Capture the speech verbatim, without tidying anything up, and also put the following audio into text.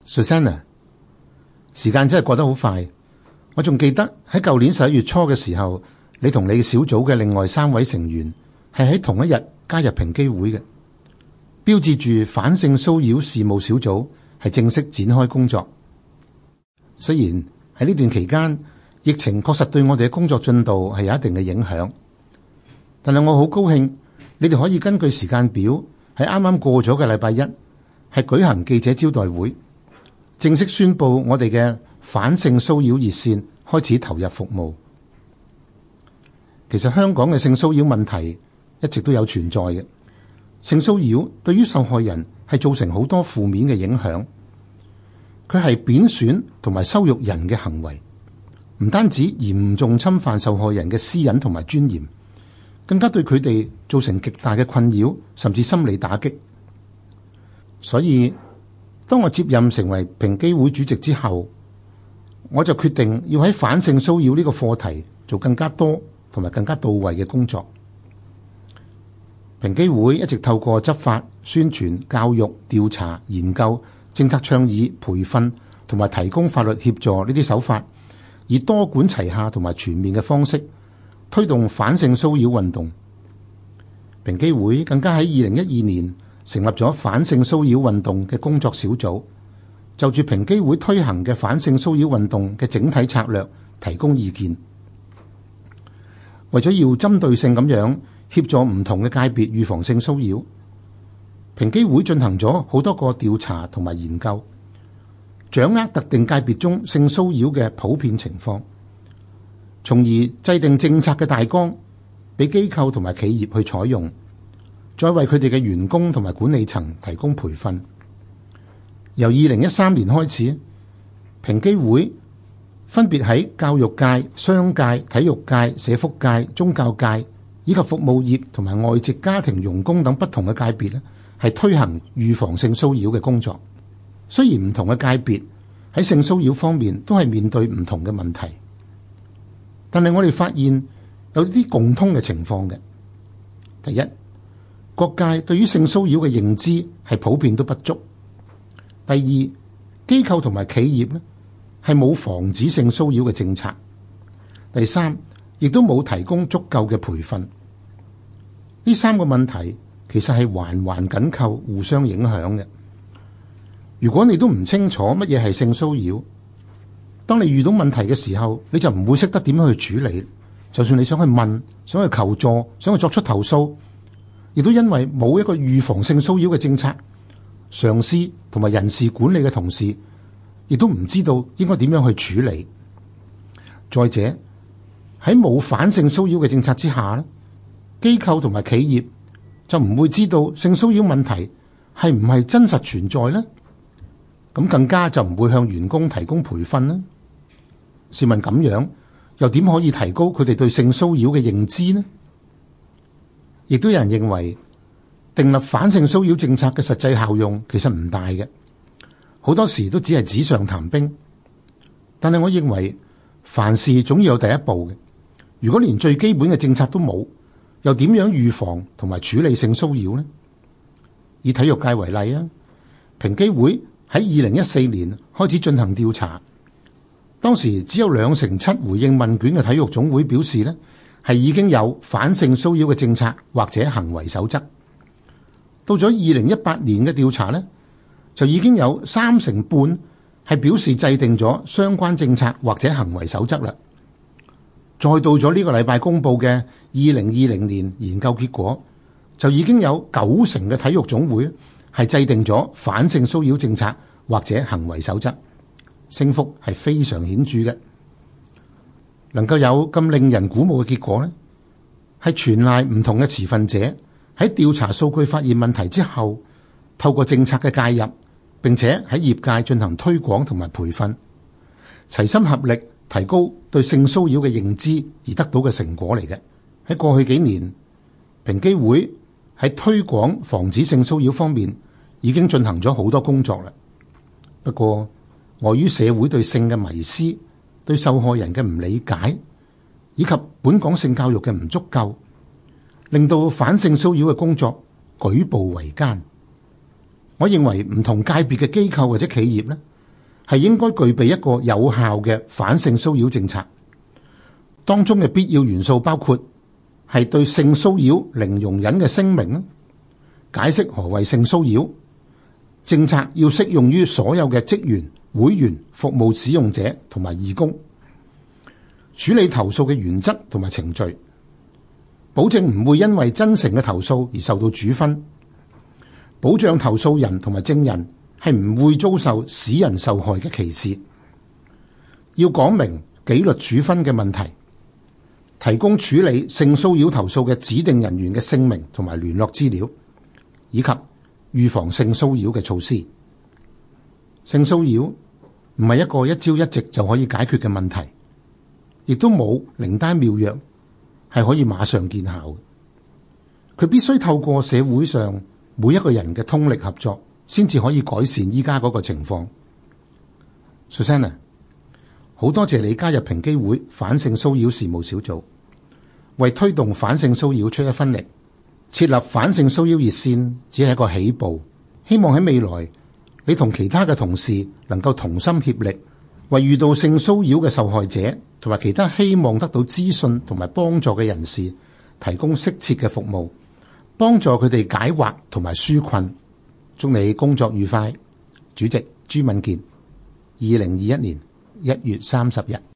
Susanna， 時間真係過得好快。我仲記得喺舊年十一月初嘅時候，你同你小組嘅另外三位成員係喺同一日加入平機會嘅，標誌住反性騷擾事務小組係正式展開工作。雖然喺呢段期間，疫情確實對我哋嘅工作進度係有一定嘅影響，但係我好高興你哋可以根據時間表喺啱啱過咗嘅禮拜一係舉行記者招待會，正式宣布我哋嘅反性騷擾熱線開始投入服務。其實香港嘅性騷擾問題一直都有存在嘅，性騷擾對於受害人係造成好多負面嘅影響，佢係貶損同埋羞辱人嘅行為，唔單止嚴重侵犯受害人嘅私隱同埋尊嚴，更加對佢哋造成極大嘅困擾，甚至心理打擊。所以當我接任成為平機會主席之後，我就決定要喺反性騷擾呢個課題做更加多同埋更加到位嘅工作。平機會一直透過執法、宣傳、教育、調查、研究、政策倡議、培訓同埋提供法律協助呢啲手法，以多管齊下同埋全面嘅方式推動反性騷擾運動。平機會更加喺二零一二年成立咗反性騷擾運動嘅工作小組，就住平機會推行嘅反性騷擾運動嘅整體策略提供意見。為咗要針對性咁樣協助唔同嘅界別預防性騷擾，平機會進行咗好多個調查同埋研究，掌握特定界別中性騷擾嘅普遍情況，從而制定政策嘅大綱，俾機構同埋企業去採用，再為佢哋嘅員工同埋管理層提供培訓。由二零一三年開始，平機會分別喺教育界、商界、體育界、社福界、宗教界以及服務業同埋外籍家庭傭工等不同嘅界別咧，係推行預防性騷擾嘅工作。雖然唔同嘅界別喺性騷擾方面都係面對唔同嘅問題，但係我哋發現有啲共通嘅情況嘅。第一，各界對於性騷擾嘅認知係普遍都不足。第二，機構同埋企業咧係冇防止性騷擾嘅政策。第三，亦都冇提供足夠嘅培訓。呢三個問題其實係環環緊扣、互相影響嘅。如果你都唔清楚乜嘢係性騷擾，當你遇到問題嘅時候，你就唔會識得點樣去處理。就算你想去問、想去求助、想去作出投訴，亦都因為冇一個預防性騷擾嘅政策，上司同埋人事管理嘅同事亦都唔知道應該點樣去處理。再者，喺冇反性騷擾嘅政策之下咧，機構同埋企業就唔會知道性騷擾問題係唔係真實存在呢？咁更加就唔會向員工提供培訓啦。試問咁樣又點可以提高佢哋對性騷擾嘅認知呢？亦都有人認為訂立反性騷擾政策嘅實際效用其實唔大嘅，好多時都只係紙上談兵。但係我認為凡事總要有第一步嘅。如果連最基本嘅政策都冇，又點樣預防同埋處理性騷擾呢？以體育界為例啊，平機會喺二零一四年開始進行調查，當時只有兩成七回應問卷嘅體育總會表示呢係已經有反性騷擾嘅政策或者行為守則。到咗二零一八年嘅調查呢，就已經有三成半係表示制定咗相關政策或者行為守則啦。再到咗呢個禮拜公布嘅二零二零年研究結果，就已經有九成嘅體育總會係制定咗反性騷擾政策或者行為守則，升幅係非常顯著嘅。能夠有咁令人鼓舞嘅結果呢，係全賴唔同嘅持份者喺調查數據發現問題之後，透過政策嘅介入，並且喺業界進行推廣同埋培訓，齊心合力提高對性騷擾嘅認知而得到嘅成果嚟嘅。喺過去幾年，平機會喺推廣防止性騷擾方面已經進行咗好多工作啦。不過，礙於社會對性嘅迷思、對受害人嘅唔理解，以及本港性教育嘅唔足夠，令到反性騷擾嘅工作舉步維艱。我認為唔同界別嘅機構或者企業咧， 係應該具備一個有效嘅反性騷擾政策。當中嘅必要元素包括係對性騷擾零容忍嘅聲明，解釋何謂性騷擾，政策要適用於所有嘅職員、會員、服務使用者同埋義工，處理投訴嘅原則同埋程序，保證唔會因為真誠嘅投訴而受到處分，保障投訴人同埋證人係唔會遭受使人受害嘅歧視，要講明紀律處分嘅問題，提供處理性騷擾投訴嘅指定人員嘅姓名同埋聯絡資料，以及預防性騷擾嘅措施。性騷擾唔係一個一朝一夕就可以解決嘅問題，亦都冇靈丹妙藥係可以馬上見效嘅。佢必須透過社會上每一個人嘅通力合作，先至可以改善依家嗰個情況。Susanna， 好多謝你加入平機會反性騷擾事務小組，為推動反性騷擾出一分力。設立反性騷擾熱線只係一個起步，希望喺未來你同其他嘅同事能夠同心協力，為遇到性騷擾嘅受害者同埋其他希望得到資訊同埋幫助嘅人士提供適切嘅服務，幫助佢哋解惑同埋紓困。祝你工作愉快。主席朱敏健，二零二一年一月三十日。